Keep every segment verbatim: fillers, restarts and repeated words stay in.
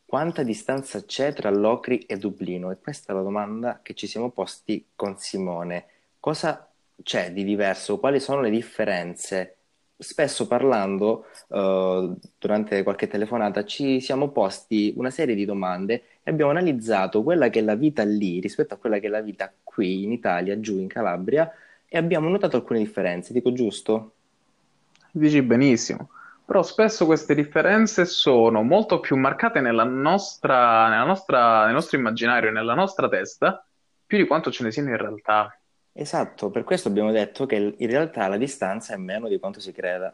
quanta distanza c'è tra Locri e Dublino? E questa è la domanda che ci siamo posti con Simone. Cosa c'è di diverso? Quali sono le differenze? Spesso parlando, eh, durante qualche telefonata, ci siamo posti una serie di domande e abbiamo analizzato quella che è la vita lì rispetto a quella che è la vita qui in Italia, giù in Calabria, e abbiamo notato alcune differenze. Dico giusto? Dici benissimo, però spesso queste differenze sono molto più marcate nella nostra, nella nostra, nel nostro immaginario, nella nostra testa, più di quanto ce ne siano in realtà. Esatto, per questo abbiamo detto che in realtà la distanza è meno di quanto si creda.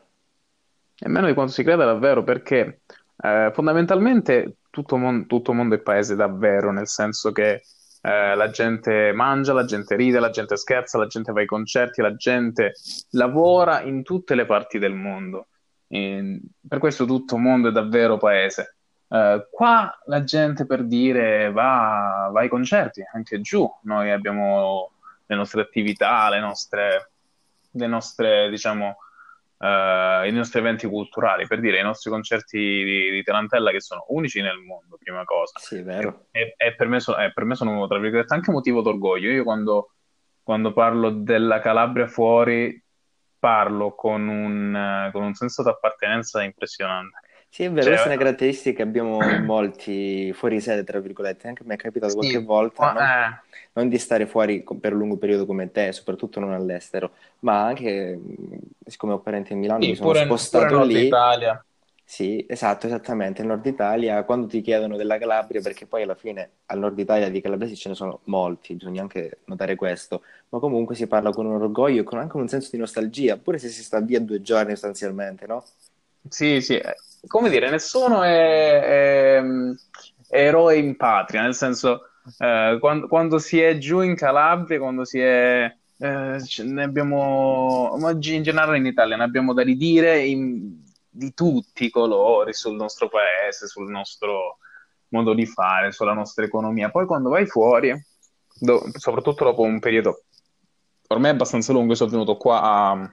E meno di quanto si crede davvero, perché eh, fondamentalmente tutto, mon- tutto mondo è paese davvero, nel senso che eh, la gente mangia, la gente ride, la gente scherza, la gente va ai concerti, la gente lavora in tutte le parti del mondo. E per questo tutto mondo è davvero paese. Eh, qua la gente per dire va, va ai concerti, anche giù. Noi abbiamo le nostre attività, le nostre, le nostre, diciamo, eh, i nostri eventi culturali, per dire i nostri concerti di, di Tarantella che sono unici nel mondo, prima cosa. Sì, è E, vero. e- e per me, so- e per me sono, tra virgolette, anche motivo d'orgoglio. Io quando, quando parlo della Calabria fuori, parlo con un, eh, con un senso di appartenenza impressionante. Sì, è vero, questa Cioè, è una caratteristica che abbiamo in molti fuori sede, tra virgolette. Anche a me è capitato qualche sì, volta qua- non, eh, non di stare fuori co- per un lungo periodo come te, soprattutto non all'estero, ma anche, mh, siccome ho parenti a Milano, mi sì, sono pure, pure spostato Nord lì. Italia. Sì, esatto, esattamente, il nord Italia, quando ti chiedono della Calabria, perché poi alla fine al nord Italia di calabresi ce ne sono molti, bisogna anche notare questo, ma comunque si parla con un orgoglio e con anche un senso di nostalgia, pure se si sta via due giorni sostanzialmente, no? Sì, sì, eh, come dire, nessuno è, è- è eroe in patria, nel senso, eh, quando, quando si è giù in Calabria, quando si è, eh, ce- ne abbiamo, ma in generale in Italia, ne abbiamo da ridire in- di tutti i colori sul nostro paese, sul nostro modo di fare, sulla nostra economia. Poi quando vai fuori, do- soprattutto dopo un periodo ormai abbastanza lungo, io sono venuto qua a-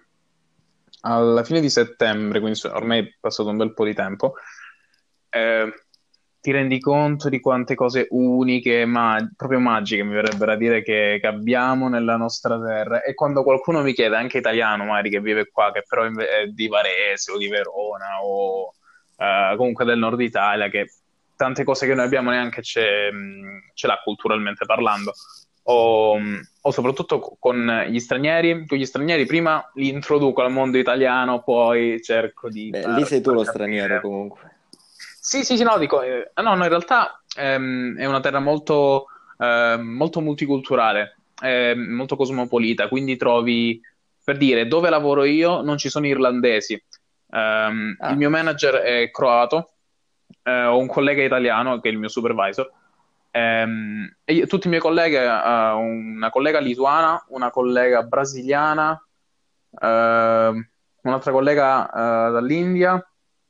alla fine di settembre, quindi so- ormai è passato un bel po' di tempo, eh, ti rendi conto di quante cose uniche, ma proprio magiche, mi verrebbe da dire, che, che abbiamo nella nostra terra. E quando qualcuno mi chiede, anche italiano magari che vive qua, che però inve- è di Varese o di Verona o eh, comunque del nord Italia, che tante cose che noi abbiamo neanche ce, mh, ce l'ha culturalmente parlando o, o soprattutto co- con gli stranieri, con gli stranieri prima li introduco al mondo italiano, poi cerco di Beh, lì far, sei tu far lo straniero capire. comunque. Sì, sì, sì, no, dico, eh, no, no, in realtà ehm, è una terra molto, ehm, molto multiculturale, ehm, molto cosmopolita, quindi trovi, per dire, dove lavoro io non ci sono irlandesi. Ehm, il mio Ah, manager è croato, eh, ho un collega italiano che è il mio supervisor, ehm, e io- tutti i miei colleghi, eh, una collega lituana, una collega brasiliana, ehm, un'altra collega, eh, dall'India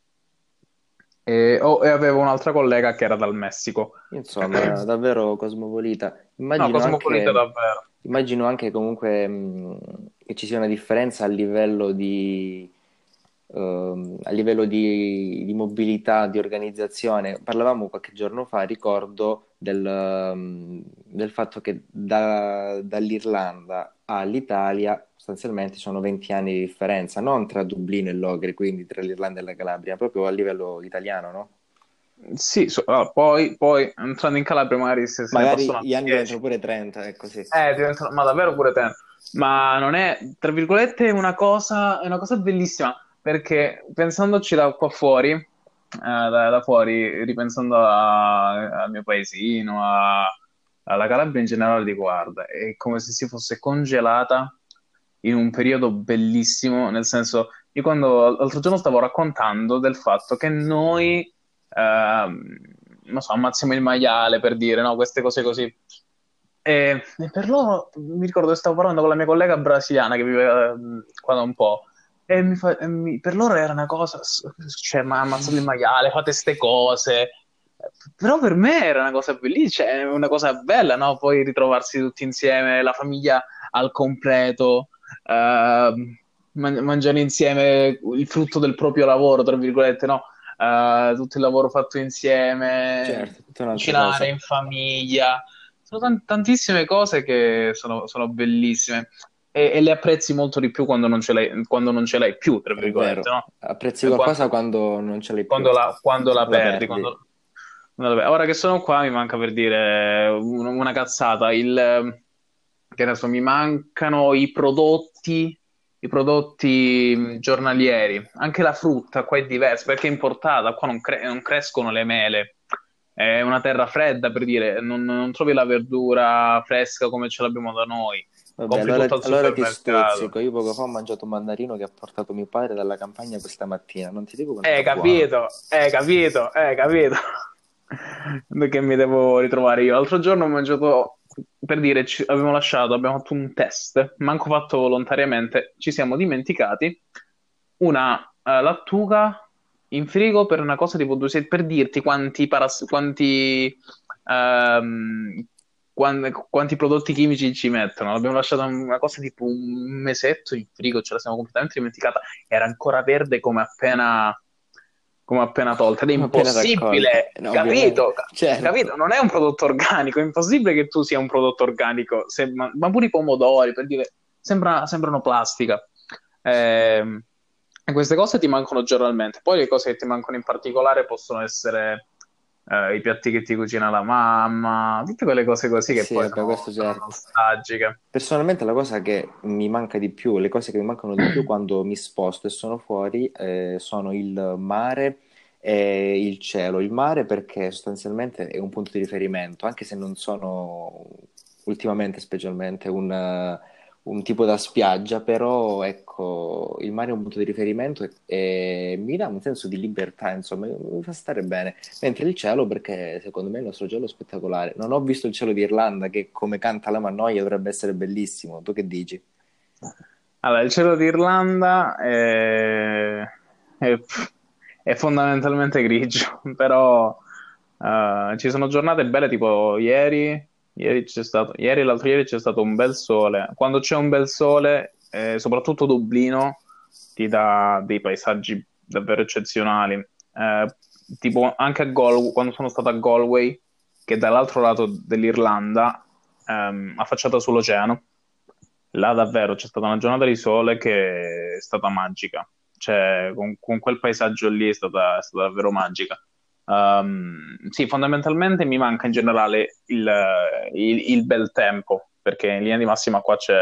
e, oh, e avevo un'altra collega che era dal Messico. insomma, davvero cosmopolita. No, Immagino cosmopolita anche, davvero. immagino anche comunque mh, che ci sia una differenza a livello di, ehm, a livello di, di mobilità, di organizzazione. Parlavamo qualche giorno fa, ricordo, del, ehm, del fatto che da- dall'Irlanda all'Italia sostanzialmente sono venti anni di differenza, non tra Dublino e Logri, quindi tra l'Irlanda e la Calabria, proprio a livello italiano, no? Sì, so- allora, poi, poi entrando in Calabria magari se, se ne Magari passano gli anche anni diventano dieci. pure trenta, ecco sì. Eh, diventano, ma davvero pure te. Ma non è, tra virgolette, una cosa, è una cosa bellissima, perché pensandoci da qua fuori, eh, da, da fuori, ripensando a- al mio paesino, a- alla Calabria in generale, di guarda, è come se si fosse congelata in un periodo bellissimo, nel senso, io quando l'altro giorno stavo raccontando del fatto che noi, ehm, non so, ammazziamo il maiale per dire, no, queste cose così. E, e per loro, mi ricordo che stavo parlando con la mia collega brasiliana che vive eh, qua da un po', e, mi fa- e mi- per loro era una cosa, s- cioè, ma ammazzate il maiale, fate ste cose. Però per me era una cosa bellissima, cioè, una cosa bella, no? Poi ritrovarsi tutti insieme, la famiglia al completo, ehm, man- mangiare insieme il frutto del proprio lavoro, tra virgolette, no? eh, tutto il lavoro fatto insieme, certo, tutta un'altra cucinare cosa. in famiglia. Sono tan- tantissime cose che sono, sono bellissime e, e le apprezzi molto di più quando non ce l'hai, quando non ce l'hai più, tra È virgolette, vero, no? apprezzi E qualcosa quando, quando non ce l'hai più, quando la, quando la quando la perdi, perdi. quando, quando la perdi. Ora che sono qua mi manca per dire un- una cazzata, il, che adesso mi mancano i prodotti, i prodotti mh, giornalieri, anche la frutta qua è diversa perché è importata, qua non, cre- non crescono le mele. È una terra fredda, per dire, non, non trovi la verdura fresca come ce l'abbiamo da noi. Vabbè, Compri allora, tutto al allora ti supermercato. stuzzico. Io poco fa ho mangiato un mandarino che ha portato mio padre dalla campagna questa mattina. Non ti dico quanto Eh, era buono. capito, eh, capito, eh, capito. Che mi devo ritrovare io. L'altro giorno ho mangiato, per dire, ci, abbiamo lasciato, abbiamo fatto un test, manco fatto volontariamente, ci siamo dimenticati una eh, lattuga in frigo per una cosa tipo due set, per dirti quanti, paras- quanti, ehm, quan- quanti prodotti chimici ci mettono. L'abbiamo lasciata una cosa tipo un mesetto in frigo, ce la siamo completamente dimenticata. Era ancora verde come appena, come appena tolta. Ed è Come appena raccolta. impossibile, Eh, no, ovviamente, capito? Capito? certo. Non è un prodotto organico, è impossibile che tu sia un prodotto organico, se- ma, ma pure i pomodori, per dire, sembra- sembrano plastica. Ehm, e queste cose ti mancano giornalmente. Poi le cose che ti mancano in particolare possono essere eh, i piatti che ti cucina la mamma, tutte quelle cose così Eh che sì, poi vabbè, sono, questo sono certo. nostalgiche. Personalmente la cosa che mi manca di più, le cose che mi mancano di più quando mi sposto e sono fuori, eh, sono il mare e il cielo. Il mare perché sostanzialmente è un punto di riferimento, anche se non sono ultimamente specialmente un, eh, un tipo da spiaggia, però ecco, il mare è un punto di riferimento e, e mi dà un senso di libertà, insomma, mi fa stare bene. Mentre il cielo, perché secondo me il nostro cielo è spettacolare. Non ho visto il cielo di Irlanda, che come canta la Mannoia dovrebbe essere bellissimo. Tu che dici? Allora, il cielo d'Irlanda è, è- è fondamentalmente grigio, però eh, ci sono giornate belle tipo ieri, ieri c'è stato, ieri e l'altro ieri c'è stato un bel sole. Quando c'è un bel sole, eh, soprattutto Dublino, ti dà dei paesaggi davvero eccezionali. Eh, tipo anche a Galway, quando sono stato a Galway, che è dall'altro lato dell'Irlanda, ehm, affacciata sull'oceano. Là davvero c'è stata una giornata di sole che è stata magica, cioè con, con quel paesaggio lì è stata, è stata davvero magica. Um, sì, fondamentalmente mi manca in generale il, il- il bel tempo, perché in linea di massima qua c'è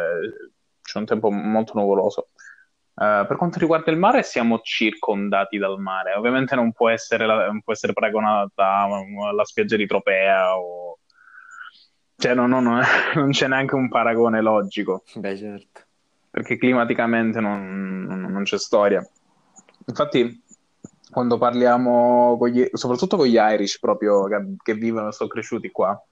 c'è un tempo molto nuvoloso. Uh, per quanto riguarda il mare, siamo circondati dal mare. Ovviamente non può essere, la- non può essere paragonata alla spiaggia di Tropea o... Cioè, no, no, no, non c'è neanche un paragone logico Beh, certo. perché climaticamente non, non- non c'è storia. Infatti, quando parliamo, con gli- soprattutto con gli Irish proprio che, che vivono e sono cresciuti qua,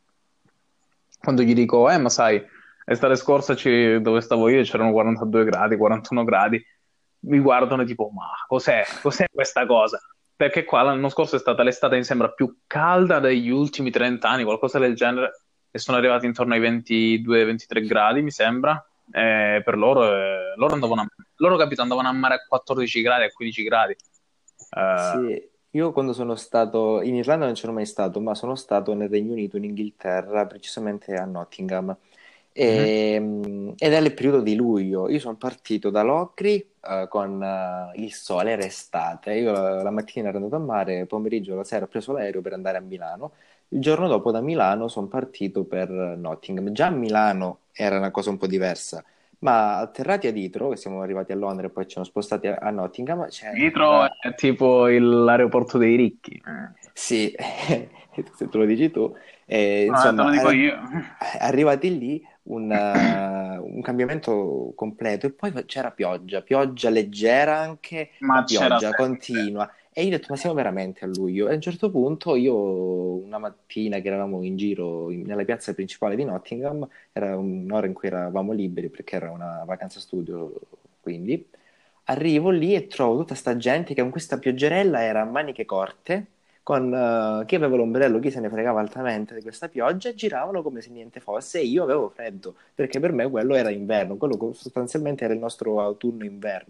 quando gli dico, eh, ma sai, estate scorsa ci- dove stavo io c'erano quarantadue gradi, quarantuno gradi, mi guardano tipo, ma cos'è? Cos'è questa cosa? Perché qua l'anno scorso è stata l'estate, mi sembra, più calda degli ultimi trenta anni, qualcosa del genere, e sono arrivati intorno ai ventidue ventitré gradi, mi sembra. E per loro, eh, loro andavano a, loro, capito, andavano a mare a quattordici gradi, a quindici gradi. Eh, Sì, io quando sono stato in Irlanda non c'ero mai stato, ma sono stato nel Regno Unito, in Inghilterra, precisamente a Nottingham. mhm. E, mm, ed è il periodo di luglio. Io sono partito da Locri eh, con eh, il sole, era estate. Io la, la mattina ero andato a mare, pomeriggio, la sera ho preso l'aereo per andare a Milano. Il giorno dopo da Milano sono partito per Nottingham. Già a Milano era una cosa un po' diversa, ma atterrati ad Heathrow, che siamo arrivati a Londra e poi ci siamo spostati a, a Nottingham, Nitro c'era. è tipo il- l'aeroporto dei ricchi. Eh. Sì, se tu lo dici tu, eh, No, te lo insomma, dico ar- io. arrivati lì un, eh, un cambiamento completo e poi c'era pioggia, pioggia leggera anche, ma Ma c'era pioggia sempre. continua. E io ho detto, ma siamo veramente a luglio? E a un certo punto io, una mattina che eravamo in giro in- nella piazza principale di Nottingham, era un'ora in cui eravamo liberi perché era una vacanza studio, quindi arrivo lì e trovo tutta sta gente che con questa pioggerella era a maniche corte con eh, chi aveva l'ombrello, chi se ne fregava altamente di questa pioggia, e giravano come se niente fosse e io avevo freddo, perché per me quello era inverno, quello co- sostanzialmente era il nostro autunno-inverno.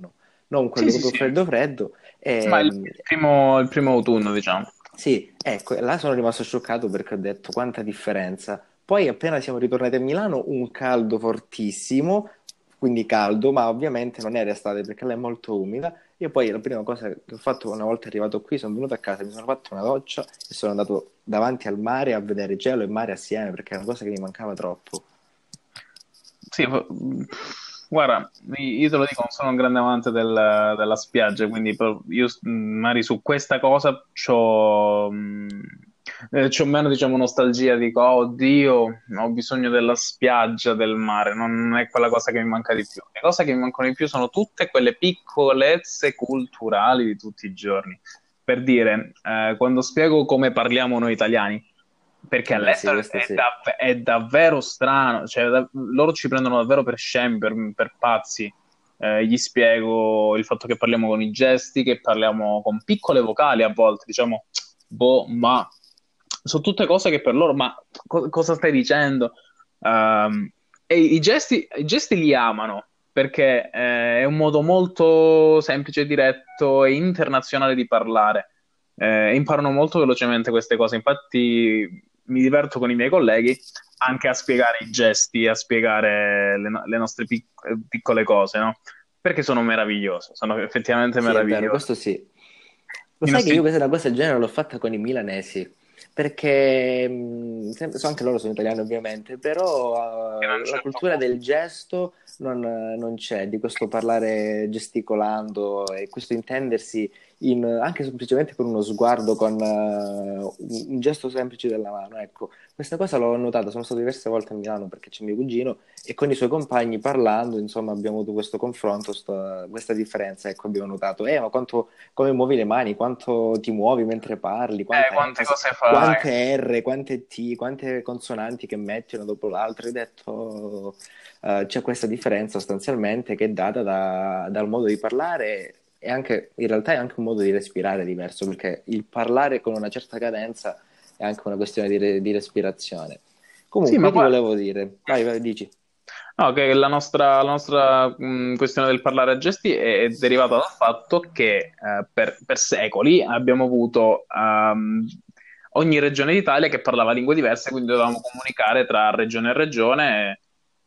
non quello Sì, sì, proprio sì. freddo freddo. Ma il, E, il primo, il primo autunno, diciamo. sì, ecco, là sono rimasto scioccato perché ho detto quanta differenza. Poi appena siamo ritornati a Milano, un caldo fortissimo, quindi caldo, ma ovviamente non era estate perché là è molto umida. Io poi la prima cosa che ho fatto una volta arrivato qui, sono venuto a casa, mi sono fatto una doccia e sono andato davanti al mare a vedere cielo e mare assieme perché è una cosa che mi mancava troppo. Sì, fa- guarda, io te lo dico, non sono un grande amante del- della spiaggia, quindi pro- io s- magari su questa cosa c'ho, mh, eh, c'ho meno, diciamo, nostalgia, dico, oh, oddio, ho bisogno della spiaggia, del mare, non è quella cosa che mi manca di più. Le cose che mi mancano di più sono tutte quelle piccolezze culturali di tutti i giorni. Per dire, eh, quando spiego come parliamo noi italiani, perché Vabbè, sì, all'estero questo è, sì. dav- è davvero strano, cioè, da- loro ci prendono davvero per scemi, per, per pazzi. Eh, gli spiego il fatto che parliamo con i gesti, che parliamo con piccole vocali a volte, diciamo, boh, ma sono tutte cose che per loro, ma co- cosa stai dicendo? Ehm, e i gesti, i gesti li amano perché eh, è un modo molto semplice, diretto e internazionale di parlare. Eh, imparano molto velocemente queste cose. Infatti, mi diverto con i miei colleghi anche a spiegare i gesti, a spiegare le, no- le nostre pic- piccole cose, no? Perché sono meravigliose, sono effettivamente Sì, è vero, meravigliose. questo sì. Lo I sai che io nostri... questa, una cosa del genere l'ho fatta con i milanesi, perché mh, sem- so anche loro sono italiani ovviamente, che non però eh, c'è la il cultura dopo. del gesto non, non c'è, di questo parlare gesticolando e questo intendersi in- anche semplicemente con uno sguardo, con eh, un un gesto semplice della mano. Ecco, questa cosa l'ho notata, sono stato diverse volte a Milano perché c'è mio cugino e con i suoi compagni parlando, insomma, abbiamo avuto questo confronto, sta- questa differenza, ecco, abbiamo notato, eh, ma quanto, come muovi le mani, quanto ti muovi mentre parli, Eh, quanta quante enfasi, cose fai? quante R, quante T, quante consonanti che metti una dopo l'altra. Hai detto, eh, c'è questa differenza sostanzialmente che è data da- dal modo di parlare e anche, in realtà è anche un modo di respirare diverso, perché il parlare con una certa cadenza è anche una questione di, re- di respirazione. Sì, Comunque, ma io ti poi... volevo dire, vai, vai, dici. No, che la nostra, la nostra mh, questione del parlare a gesti è, è derivata dal fatto che eh, per, per secoli abbiamo avuto ehm, ogni regione d'Italia che parlava lingue diverse, quindi dovevamo comunicare tra regione e regione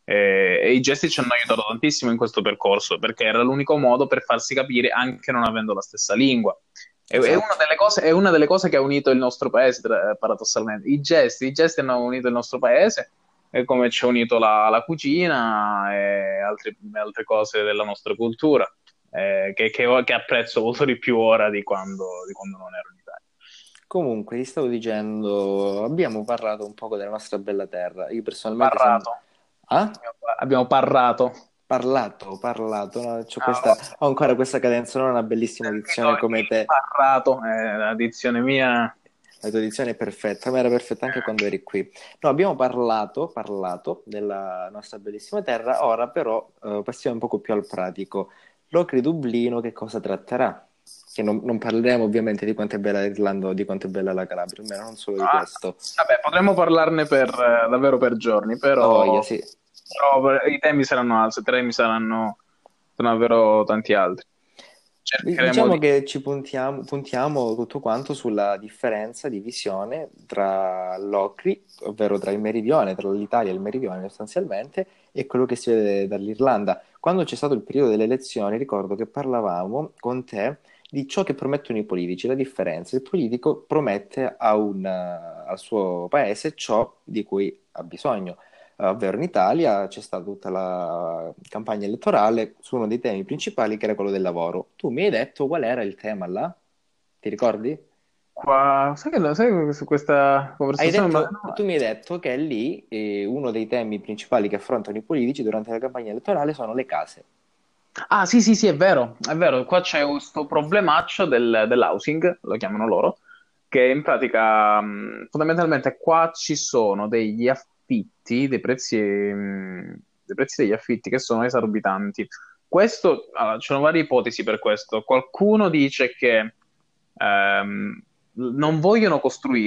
e, e i gesti ci hanno aiutato tantissimo in questo percorso, perché era l'unico modo per farsi capire anche non avendo la stessa lingua. È, è una Esatto. delle cose, è una delle cose che ha unito il nostro paese, tra- paradossalmente. I gesti, i gesti hanno unito il nostro paese e come ci ha unito la, la cucina e altri- altre cose della nostra cultura, eh, che, che- che apprezzo molto di più ora di quando, di quando non ero in Italia. Comunque, ti stavo dicendo, abbiamo parlato un poco della nostra bella terra. Io personalmente sono... Parlato. Ah? Abbiamo, abbiamo parlato. Parlato, parlato, no? C'ho Ah, questa... Ho ancora questa cadenza, non ho una bellissima sentito dizione come il te. parlato, eh, la dizione mia. La tua edizione è perfetta, ma era perfetta anche quando eri qui. No, abbiamo parlato, parlato della nostra bellissima terra, ora però eh, passiamo un poco più al pratico. L'Ocri Dublino che cosa tratterà? Che non, non parleremo ovviamente di quanto è bella l'Irlanda o di quanto è bella la Calabria, almeno non solo di Ah, questo. vabbè, potremmo parlarne per, eh, davvero per giorni, La voglia, però, sì. però i temi saranno altri, i temi saranno, saranno davvero tanti altri. Cercheremo Diciamo di... che ci puntiamo, puntiamo tutto quanto sulla differenza di visione tra l'Ocri, ovvero tra il meridione, tra l'Italia e il meridione sostanzialmente, e quello che si vede dall'Irlanda. Quando c'è stato il periodo delle elezioni, ricordo che parlavamo con te di ciò che promettono i politici, la differenza. Il politico promette a un, eh, al suo paese ciò di cui ha bisogno, eh, ovvero in Italia c'è stata tutta la campagna elettorale su uno dei temi principali che era quello del lavoro. Tu mi hai detto qual era il tema là? Ti ricordi? Qua, sai che, sai che su questa Hai conversazione... Ma... detto, tu mi hai detto che lì eh, uno dei temi principali che affrontano i politici durante la campagna elettorale sono le case. Ah, sì, sì, sì, è vero, è vero. Qua c'è questo problemaccio del, dell'housing, lo chiamano loro, che in pratica, mh, fondamentalmente qua ci sono degli affitti, dei prezzi, mh, dei prezzi degli affitti che sono esorbitanti. Questo, allora, ci sono varie ipotesi per questo. Qualcuno dice che ehm, non vogliono costruire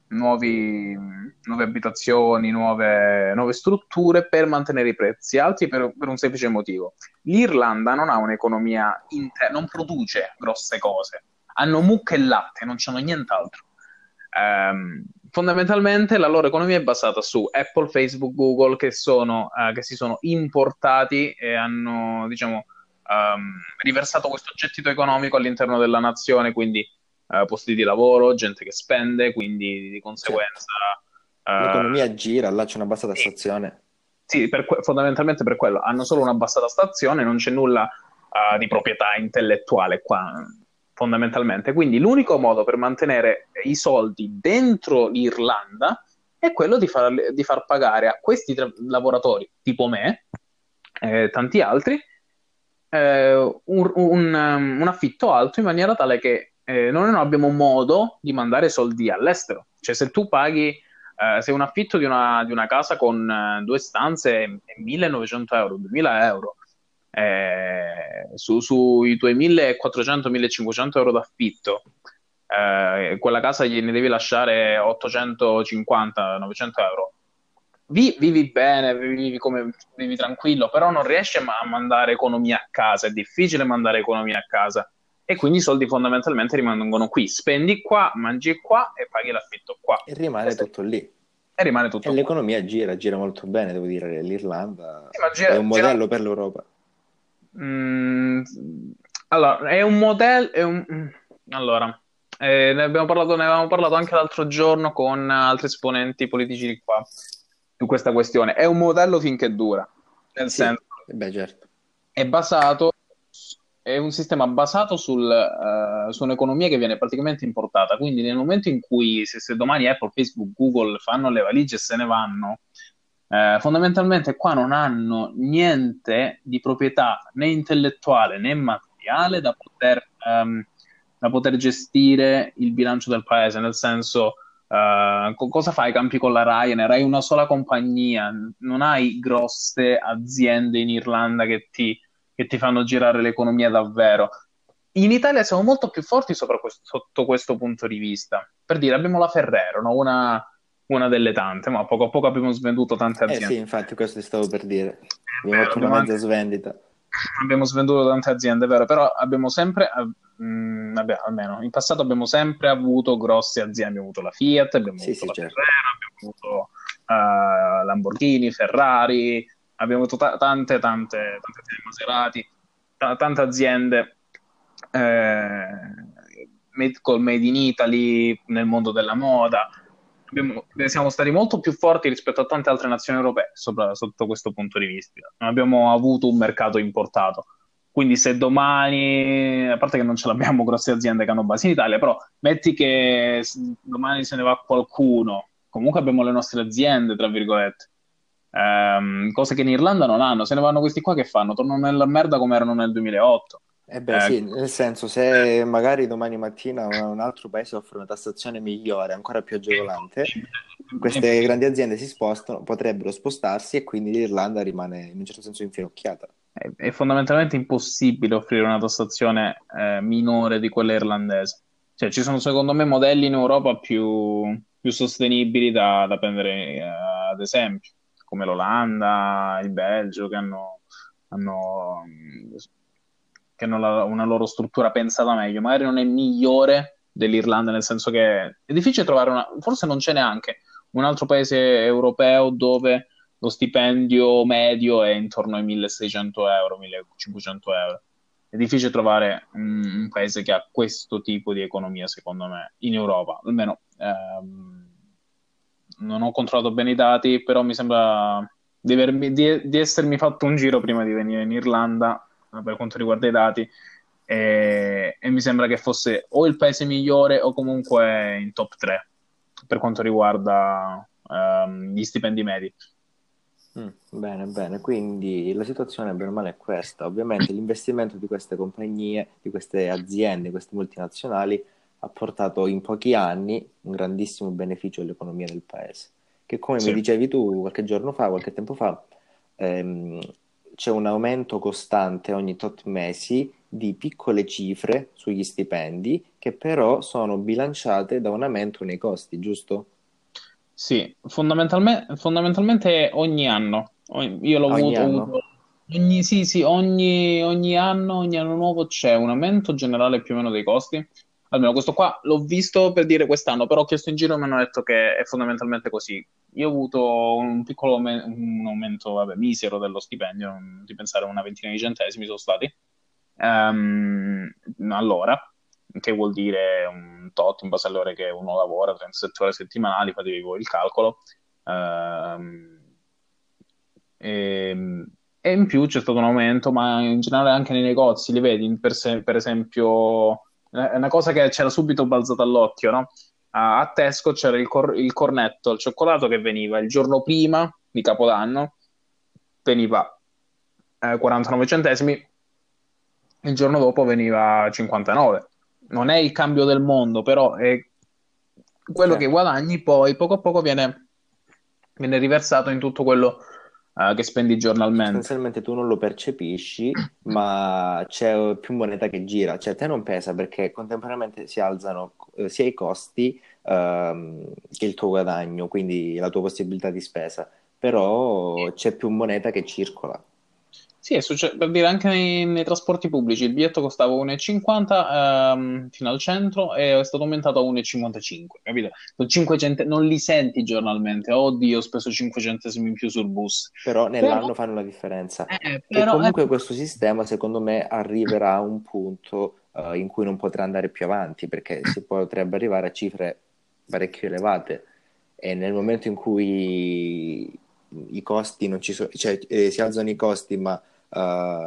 nuovi, nuove abitazioni, nuove, nuove strutture per mantenere i prezzi alti per, per un semplice motivo. L'Irlanda non ha un'economia interna, non produce grosse cose. Hanno mucche e latte, non c'hanno nient'altro. Ehm, fondamentalmente la loro economia è basata su Apple, Facebook, Google che, sono, eh, che si sono importati e hanno, diciamo, ehm, riversato questo gettito economico all'interno della nazione, quindi eh, posti di lavoro, gente che spende, quindi di Certo, conseguenza eh, l'economia gira, là c'è una bassa sì, tassazione. sì, per que- fondamentalmente per quello. Hanno solo una bassa tassazione, non c'è nulla eh, di proprietà intellettuale qua, fondamentalmente. Quindi l'unico modo per mantenere i soldi dentro l'Irlanda è quello di far, di far pagare a questi tra- lavoratori, tipo me, e tanti altri, eh, un, un, um, un affitto alto in maniera tale che eh, noi non abbiamo modo di mandare soldi all'estero. Cioè, se tu paghi, eh, se un affitto di una, di una casa con eh, due stanze è è millenovecento euro, duemila euro, eh, su, sui tuoi millequattrocento-millecinquecento euro d'affitto, eh, quella casa gliene devi lasciare ottocentocinquanta-novecento euro. Vi- vivi bene, vivi come vivi tranquillo, però non riesci a ma- a mandare economia a casa, è difficile mandare economia a casa e quindi i soldi fondamentalmente rimangono qui. Spendi qua, mangi qua e paghi l'affitto qua. E rimane Questo è- tutto lì. E rimane E tutto qua. l'economia gira, gira molto bene, devo dire. L'Irlanda Sì, ma è gira- un girando. modello per l'Europa. Mm, allora, è un modello. È un... mm, Allora, eh, ne abbiamo parlato, ne avevamo parlato anche l'altro giorno con altri esponenti politici di qua su questa questione. È un modello finché dura, nel Sì, senso, e beh, certo. è basato, è un sistema basato sul, eh, su un'economia che viene praticamente importata. Quindi, nel momento in cui, se, se domani Apple, Facebook, Google fanno le valigie e se ne vanno, eh, fondamentalmente qua non hanno niente di proprietà né intellettuale né materiale da poter, ehm, da poter gestire il bilancio del paese, nel senso, eh, co- cosa fai? Campi con la Ryanair, hai una sola compagnia, non hai grosse aziende in Irlanda che ti, che ti fanno girare l'economia davvero. In Italia siamo molto più forti sopra questo- sotto questo punto di vista. Per dire, abbiamo la Ferrero, no? Una, una delle tante, ma poco a poco abbiamo svenduto tante Eh sì, aziende. infatti, questo ti stavo per dire. È Abbiamo vero, fatto una abbiamo mezza anche svendita. abbiamo svenduto tante aziende, è vero, però abbiamo sempre, eh, mh, vabbè, almeno in passato abbiamo sempre avuto grosse aziende. Abbiamo avuto la Fiat, abbiamo Sì, avuto sì, la certo. Ferrera, abbiamo avuto eh, Lamborghini, Ferrari, abbiamo avuto ta- tante, tante, tante aziende, Maserati, ta- tante aziende eh, made- col Made in Italy nel mondo della moda. Abbiamo- siamo stati molto più forti rispetto a tante altre nazioni europee sopra- sotto questo punto di vista. Non abbiamo avuto un mercato importato. Quindi se domani, a parte che non ce l'abbiamo grosse aziende che hanno base in Italia, però metti che s- domani se ne va qualcuno, comunque abbiamo le nostre aziende, tra virgolette. Ehm, cose che in Irlanda non hanno. Se ne vanno questi qua che fanno? Tornano nella merda come erano nel duemilaotto. Eh beh, Eh, sì, nel senso, se magari domani mattina un un altro paese offre una tassazione migliore, ancora più è agevolante, impossibile. È queste impossibile. grandi aziende si spostano, potrebbero spostarsi e quindi l'Irlanda rimane in un certo senso infinocchiata. È, è fondamentalmente impossibile offrire una tassazione eh, minore di quella irlandese. Cioè, ci sono secondo me modelli in Europa più, più sostenibili da, da prendere eh, ad esempio, come l'Olanda, il Belgio, che hanno, hanno, mh, che hanno la- una loro struttura pensata meglio. Magari non è migliore dell'Irlanda, nel senso che è difficile trovare una, forse non c'è neanche un altro paese europeo dove lo stipendio medio è intorno ai milleseicento euro, millecinquecento euro. È difficile trovare un, un paese che ha questo tipo di economia, secondo me, in Europa. Almeno ehm, non ho controllato bene i dati, però mi sembra di, avermi- di- di essermi fatto un giro prima di venire in Irlanda eh, per quanto riguarda i dati. E, e mi sembra che fosse o il paese migliore o comunque in top tre per quanto riguarda ehm, gli stipendi medi. Mm, bene, bene, quindi la situazione bene o male è questa. Ovviamente l'investimento di queste compagnie, di queste aziende, queste multinazionali ha portato in pochi anni un grandissimo beneficio all'economia del paese, che come mi Sì. dicevi tu qualche giorno fa, qualche tempo fa, ehm, c'è un aumento costante ogni tot mesi di piccole cifre sugli stipendi che però sono bilanciate da un aumento nei costi, giusto? Sì, fondamentalme- fondamentalmente ogni anno. Ogni- Io l'ho Ogni avuto, ho avuto anno? ogni, sì, sì, ogni, ogni anno, ogni anno nuovo c'è un aumento generale più o meno dei costi. Almeno questo qua l'ho visto per dire quest'anno, però ho chiesto in giro e mi hanno detto che è fondamentalmente così. Io ho avuto un piccolo aume- un aumento, vabbè, misero dello stipendio, non- di pensare una ventina di centesimi sono stati. Ehm, allora, che vuol dire un tot in base alle ore che uno lavora, trentasette ore settimanali, fatevi voi il calcolo. Ehm, e, e in più c'è stato un aumento, ma in generale anche nei negozi, li vedi, per, se- per esempio, è una cosa che c'era subito balzata all'occhio, no? A, a Tesco c'era il, cor- il cornetto al cioccolato che veniva il giorno prima di Capodanno, veniva eh, quarantanove centesimi, il giorno dopo veniva cinquantanove. Non è il cambio del mondo, però è quello che Certo. guadagni poi poco a poco viene, viene riversato in tutto quello eh, che spendi giornalmente. Sostanzialmente tu non lo percepisci, ma c'è più moneta che gira, cioè a te non pesa perché contemporaneamente si alzano eh, sia i costi ehm, che il tuo guadagno, quindi la tua possibilità di spesa, però c'è più moneta che circola. Sì, è succe- per dire anche nei, nei trasporti pubblici il biglietto costava uno e cinquanta ehm, fino al centro e è stato aumentato a uno e cinquantacinque, capito? Con cinque cent- non li senti giornalmente, oddio, ho speso cinque centesimi in più sul bus. Però Però, nell'anno fanno la differenza. eh, E però, eh, comunque questo sistema, secondo me, arriverà a un punto eh, in cui non potrà andare più avanti, perché si potrebbe arrivare a cifre parecchio elevate. E nel momento in cui i costi non ci sono, cioè eh, si alzano i costi, ma eh,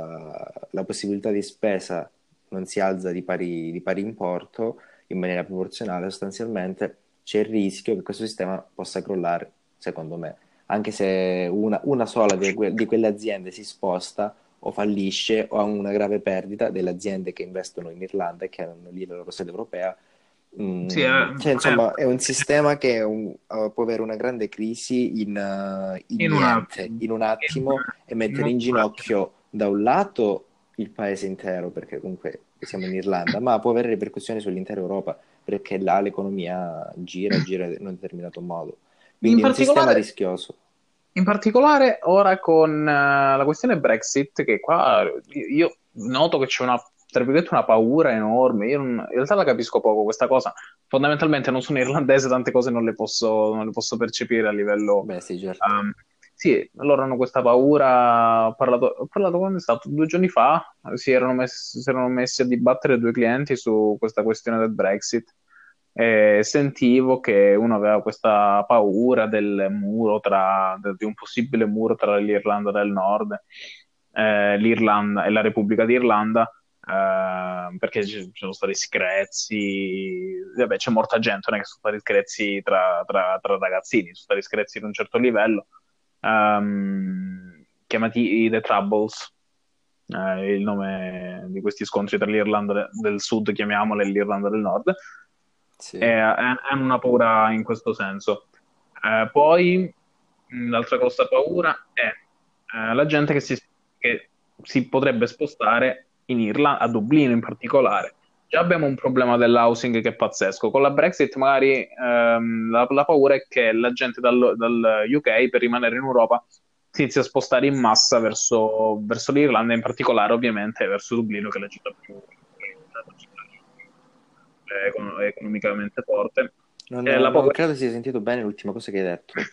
la possibilità di spesa non si alza di pari, di pari importo in maniera proporzionale, sostanzialmente c'è il rischio che questo sistema possa crollare, secondo me anche se una, una sola di, que- di quelle aziende si sposta o fallisce o ha una grave perdita delle aziende che investono in Irlanda e che hanno lì la loro sede europea. sì, Mm, eh, cioè, eh, insomma, è un sistema che è un- uh, può avere una grande crisi in, uh, in in un niente, attimo. in un In, attimo, e in mettere in molto rapido. ginocchio da un lato il paese intero, perché comunque siamo in Irlanda, ma può avere ripercussioni sull'intera Europa, perché là l'economia gira, gira in un determinato modo. In Quindi è un sistema particolare, rischioso. In particolare ora con eh, la questione Brexit, che qua io io noto che c'è una, tra virgolette, una paura enorme. Io non- in realtà la capisco poco questa cosa. Fondamentalmente non sono irlandese, tante cose non le posso, non le posso percepire a livello... Beh, sì, certo. ehm, sì, loro hanno questa paura. Ho parlato, ho parlato quando è stato? Due giorni fa, si erano messi, si erano messi a dibattere due clienti su questa questione del Brexit e sentivo che uno aveva questa paura del muro tra, di un possibile muro tra l'Irlanda del Nord, eh, l'Irlanda e la Repubblica d'Irlanda, eh, perché ci ci sono stati screzi, vabbè, c'è morta gente, non è che sono stati screzi tra, tra- tra ragazzini, sono stati screzi di un certo livello, ehm, chiamati i The Troubles, eh, il nome di questi scontri tra l'Irlanda de- del Sud, chiamiamole, e l'Irlanda del Nord, e, Sì. e- hanno una paura in questo senso. Eh, poi, mh, l'altra grossa paura è eh, la gente che si, che si potrebbe spostare in Irlanda, a Dublino in particolare. Già abbiamo un problema dell'housing che è pazzesco. Con la Brexit, magari ehm, la, la paura è che la gente dal, dal U K per rimanere in Europa si inizia a spostare in massa verso, verso l'Irlanda, in particolare, ovviamente, verso Dublino, che è la città più, la città più eh, econ- economicamente forte. Non, E la non paura credo si sia sentito bene l'ultima cosa che hai detto.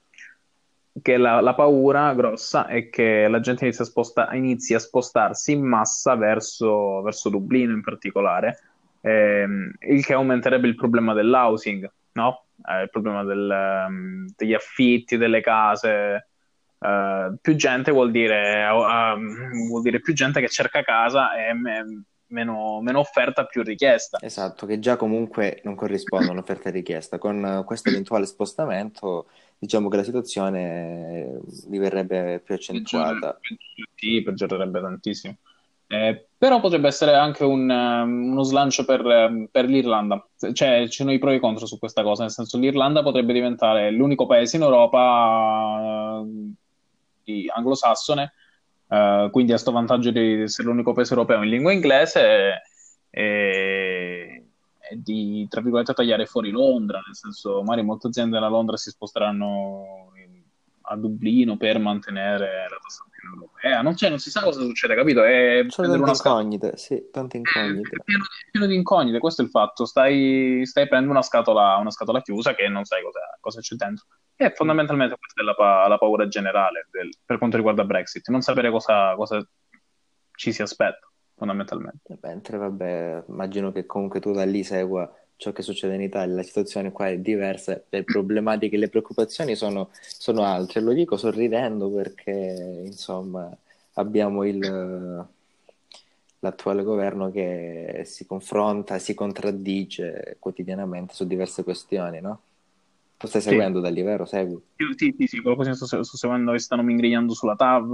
che la, la paura grossa è che la gente inizi a, sposta- inizi a spostarsi in massa verso, verso Dublino in particolare, ehm, il che aumenterebbe il problema dell'housing, no? Eh, il problema del, ehm, degli affitti, delle case. Eh, più gente vuol dire, ehm, vuol dire più gente che cerca casa e me- meno, meno offerta, più richiesta. Esatto, che già comunque non corrispondono all'offerta richiesta. Con eh, questo eventuale spostamento, diciamo che la situazione diverrebbe più Peggiore- accentuata. sì, peggiorerebbe tantissimo. Eh, però potrebbe essere anche un, ehm, uno slancio per, ehm, per l'Irlanda. Cioè, ci sono i pro e i contro su questa cosa, nel senso l'Irlanda potrebbe diventare l'unico paese in Europa eh, di anglosassone, eh, quindi ha sto vantaggio di essere l'unico paese europeo in lingua inglese e, è di, tra virgolette, tagliare fuori Londra, nel senso, magari molte aziende da Londra si sposteranno in- a Dublino per mantenere la tassazione europea. Non c'è, non si sa cosa succede, capito? È C'è prendere tante una scatola. incognite, sì, tante È incognite. pieno, è pieno di incognite, questo è il fatto. Stai, stai prendendo una scatola, una scatola chiusa che non sai cosa, cosa c'è dentro. E Mm. fondamentalmente questa è la, pa- la paura generale del- per quanto riguarda Brexit, non sapere cosa, cosa ci si aspetta, fondamentalmente. Mentre, vabbè, immagino che comunque tu da lì segua ciò che succede in Italia, la situazione qua è diversa, le problematiche, le preoccupazioni sono, sono altre. Lo dico sorridendo perché, insomma, abbiamo il, l'attuale governo che si confronta, si contraddice quotidianamente su diverse questioni, no? Lo stai Sì, seguendo da lì, vero? Segui. sì, sì, sì, sì, qualcosa sto, sto seguendo che stanno mingrigliando sulla T A V,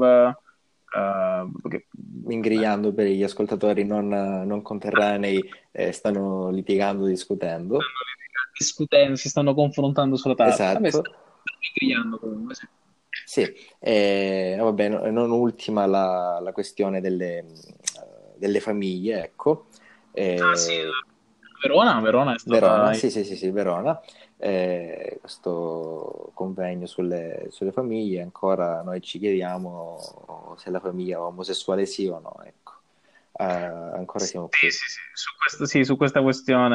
eh, perché eh, Ingrigliando per gli ascoltatori non, non conterranei, eh, stanno litigando, discutendo. stanno litigando, discutendo, si stanno confrontando sulla T A V. Vabbè, Esatto. stanno mingrigliando comunque, sì. Sì, e, vabbè, no- non ultima la, la questione delle, delle famiglie, ecco. Ah, sì, Eh, Verona, Verona è Verona, stata... sì, sì, sì, sì, Verona. Eh, questo convegno sulle, sulle famiglie, ancora noi ci chiediamo se la famiglia è omosessuale sì o no, ecco. Eh, ancora Sì, siamo qui. sì, sì, su questo- sì, su questa questione,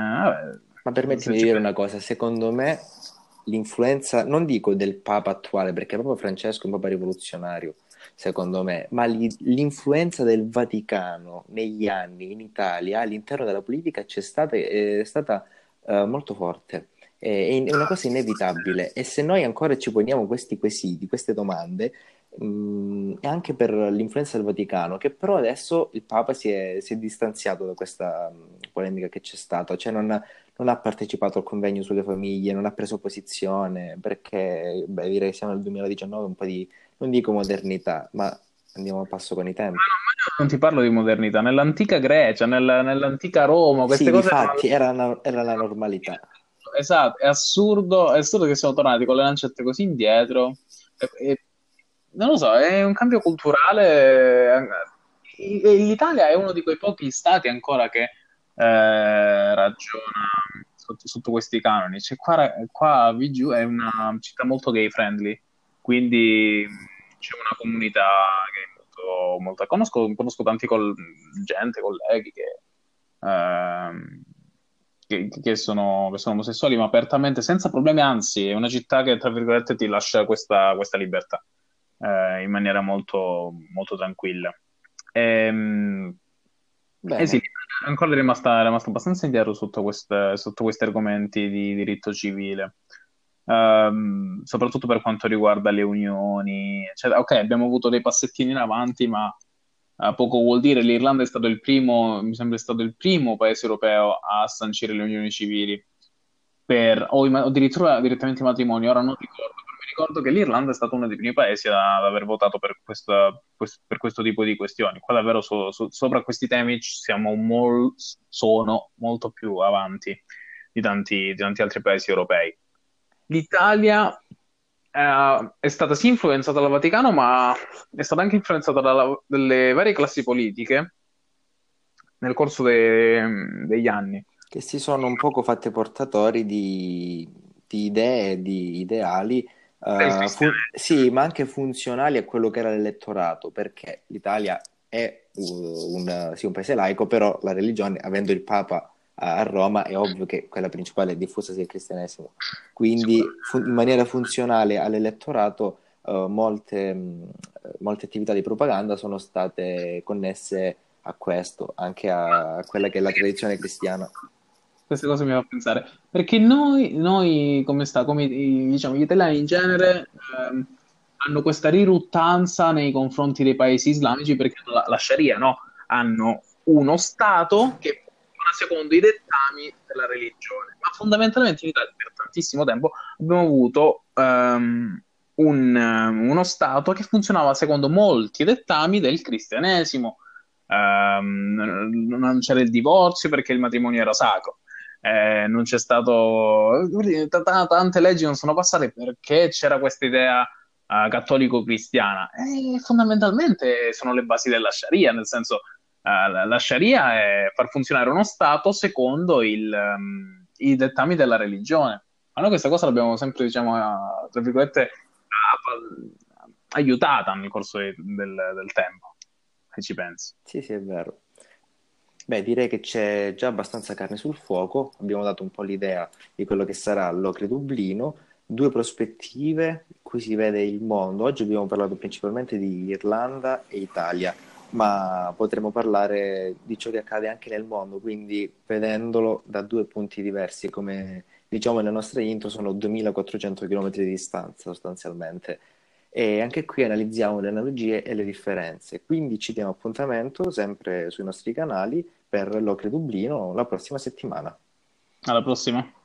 Ma vabbè, se permettimi di ci dire pensi. una cosa, secondo me l'influenza, non dico del Papa attuale, perché Papa Francesco è un Papa rivoluzionario, secondo me, ma li- l'influenza del Vaticano negli anni in Italia all'interno della politica c'è stata, è stata eh, molto forte. È è una cosa inevitabile e se noi ancora ci poniamo questi quesiti, queste domande, mh, è anche per l'influenza del Vaticano, che però adesso il Papa si è, si è distanziato da questa mh, polemica che c'è stata, cioè non, non ha partecipato al convegno sulle famiglie, non ha preso posizione, perché beh, direi che siamo nel duemiladiciannove, un po' di, non dico modernità, ma andiamo a passo con i Ma tempi. no, ma io non ti parlo di modernità, nell'antica Grecia, nella- nell'antica Roma, Sì, queste cose erano difatti, era, una- era la normalità. esatto, è assurdo, è assurdo che siamo tornati con le lancette così indietro. E- e- non lo so, è un cambio culturale. eh, e L'Italia è uno di quei pochi stati ancora che eh, ragiona sotto, sotto questi canoni. Cioè, qua, qua vi giù è una città molto gay friendly, quindi c'è una comunità che è molto, molto... Conosco, conosco tanti col- gente, colleghi che ehm, che, che sono, che sono omosessuali, ma apertamente, senza problemi, anzi, è una città che, tra virgolette, ti lascia questa, questa libertà eh, in maniera molto, molto tranquilla. Ehm, eh sì, Bene, è ancora rimasta, è rimasta abbastanza indietro sotto, queste- sotto questi argomenti di diritto civile. Ehm, soprattutto per quanto riguarda le unioni, eccetera. Ok, abbiamo avuto dei passettini in avanti, ma eh, poco vuol dire. L'Irlanda è stato il primo, mi sembra è stato il primo paese europeo a sancire le unioni civili per, o, i ma- o addirittura direttamente i matrimoni. Ora non ricordo, però mi ricordo che l'Irlanda è stato uno dei primi paesi a- ad aver votato per, questa- quest- per questo tipo di questioni. Qua davvero so- so- sopra questi temi ci siamo mol- sono molto più avanti di tanti, di tanti altri paesi europei. L'Italia eh, è stata sì influenzata dal Vaticano, ma è stata anche influenzata dalla- dalle varie classi politiche nel corso de- degli anni. che si sono un poco fatte portatori di, di idee, di ideali, Del eh, fu- cristianesimo. sì, ma anche funzionali a quello che era l'elettorato, perché l'Italia è uh, un, sì, un paese laico, però la religione, avendo il Papa a, a Roma, è ovvio che quella principale e diffusa sia il cristianesimo. Quindi fu- in maniera funzionale all'elettorato, eh, molte, mh, molte attività di propaganda sono state connesse a questo, anche a, a quella che è la tradizione cristiana. Queste cose mi fa pensare, perché noi, noi come sta, come i- diciamo, gli italiani in genere ehm, hanno questa riruttanza nei confronti dei paesi islamici perché hanno la, la Sharia, no? Hanno uno Stato che funziona secondo i dettami della religione, ma fondamentalmente in Italia per tantissimo tempo abbiamo avuto ehm, un, ehm, uno Stato che funzionava secondo molti dettami del cristianesimo. Ehm, non c'era il divorzio perché il matrimonio era sacro. Eh, non c'è stato t- t- tante leggi non sono passate perché c'era questa idea eh, cattolico-cristiana e fondamentalmente sono le basi della Sharia, nel senso la, la Sharia è far funzionare uno Stato secondo il, ehm, i dettami della religione. Ma noi questa cosa l'abbiamo sempre, diciamo, eh, tra virgolette, ah, aiutata nel corso del, del tempo, se ci pensi. Sì, sì, è vero. Beh, direi che c'è già abbastanza carne sul fuoco, abbiamo dato un po' l'idea di quello che sarà l'Ocre Dublino, due prospettive in cui si vede il mondo. Oggi abbiamo parlato principalmente di Irlanda e Italia, ma potremo parlare di ciò che accade anche nel mondo, quindi vedendolo da due punti diversi, come diciamo nelle nostre intro, sono duemilaquattrocento km di distanza sostanzialmente. E anche qui analizziamo le analogie e le differenze. Quindi ci diamo appuntamento sempre sui nostri canali per l'Ocre Dublino la prossima settimana. Alla prossima.